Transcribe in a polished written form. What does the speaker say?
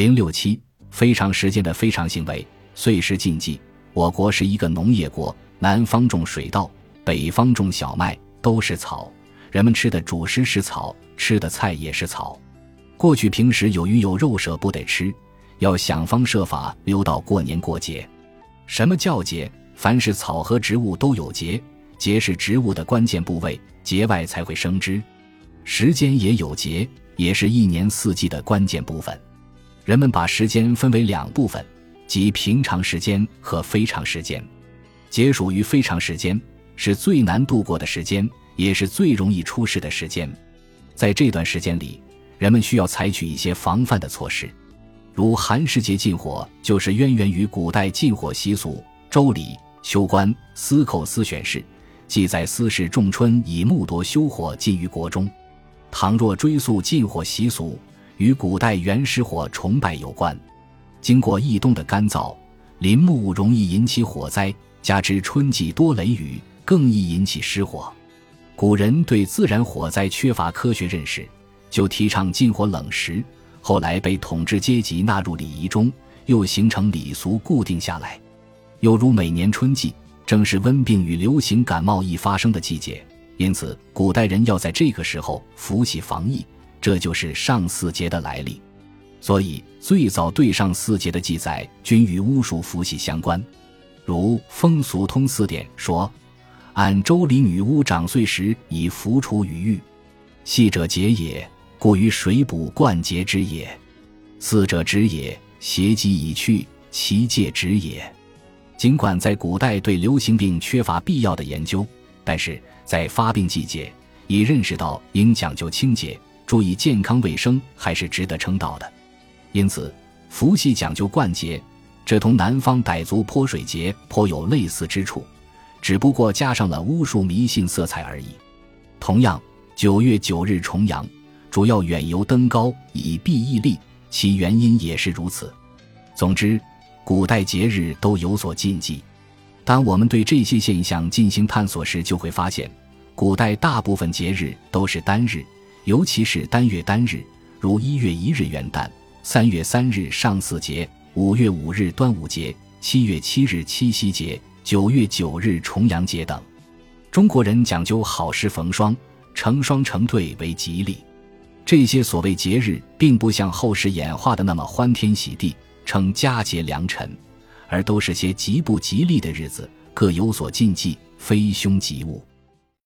067非常时间的非常行为，岁时禁忌。我国是一个农业国，南方种水稻，北方种小麦，都是草，人们吃的主食是草，吃的菜也是草。过去平时有鱼有肉舍不得吃，要想方设法留到过年过节。什么叫节？凡是草和植物都有节，节是植物的关键部位，节外才会生枝。时间也有节，也是一年四季的关键部分。人们把时间分为两部分，即平常时间和非常时间。节属于非常时间，是最难度过的时间，也是最容易出事的时间。在这段时间里，人们需要采取一些防范的措施。如寒食节禁火，就是渊源于古代禁火习俗。周礼、休官、司寇司选事记载，司事仲春以木铎修火禁于国中。倘若追溯禁火习俗，与古代原始火崇拜有关。经过一冬的干燥，林木容易引起火灾，加之春季多雷雨，更易引起失火。古人对自然火灾缺乏科学认识，就提倡禁火冷食，后来被统治阶级纳入礼仪中，又形成礼俗固定下来。又如每年春季，正是温病与流行感冒易发生的季节，因此古代人要在这个时候服洗防疫，这就是上巳节的来历。所以最早对上巳节的记载均与巫术服洗相关。如《风俗通4典》说，按周礼女巫长岁时以服除于狱，系者节也，故于水补灌节之也。巳者止也，邪疾已去，其戒止也。尽管在古代对流行病缺乏必要的研究，但是在发病季节已认识到应讲究清洁，注意健康卫生，还是值得称道的。因此伏羲讲究灌节，这同南方傣族泼水节颇有类似之处，只不过加上了巫术迷信色彩而已。同样9月9日重阳，主要远游登高以避疫力，其原因也是如此。总之古代节日都有所禁忌。当我们对这些现象进行探索时，就会发现古代大部分节日都是单日，尤其是单月单日，如1月1日元旦，3月3日上巳节，5月5日端午节，7月7日七夕节，9月9日重阳节等。中国人讲究好事逢双，成双成对为吉利。这些所谓节日并不像后世演化的那么欢天喜地，称佳节良辰，而都是些极不吉利的日子，各有所禁忌，非凶即物。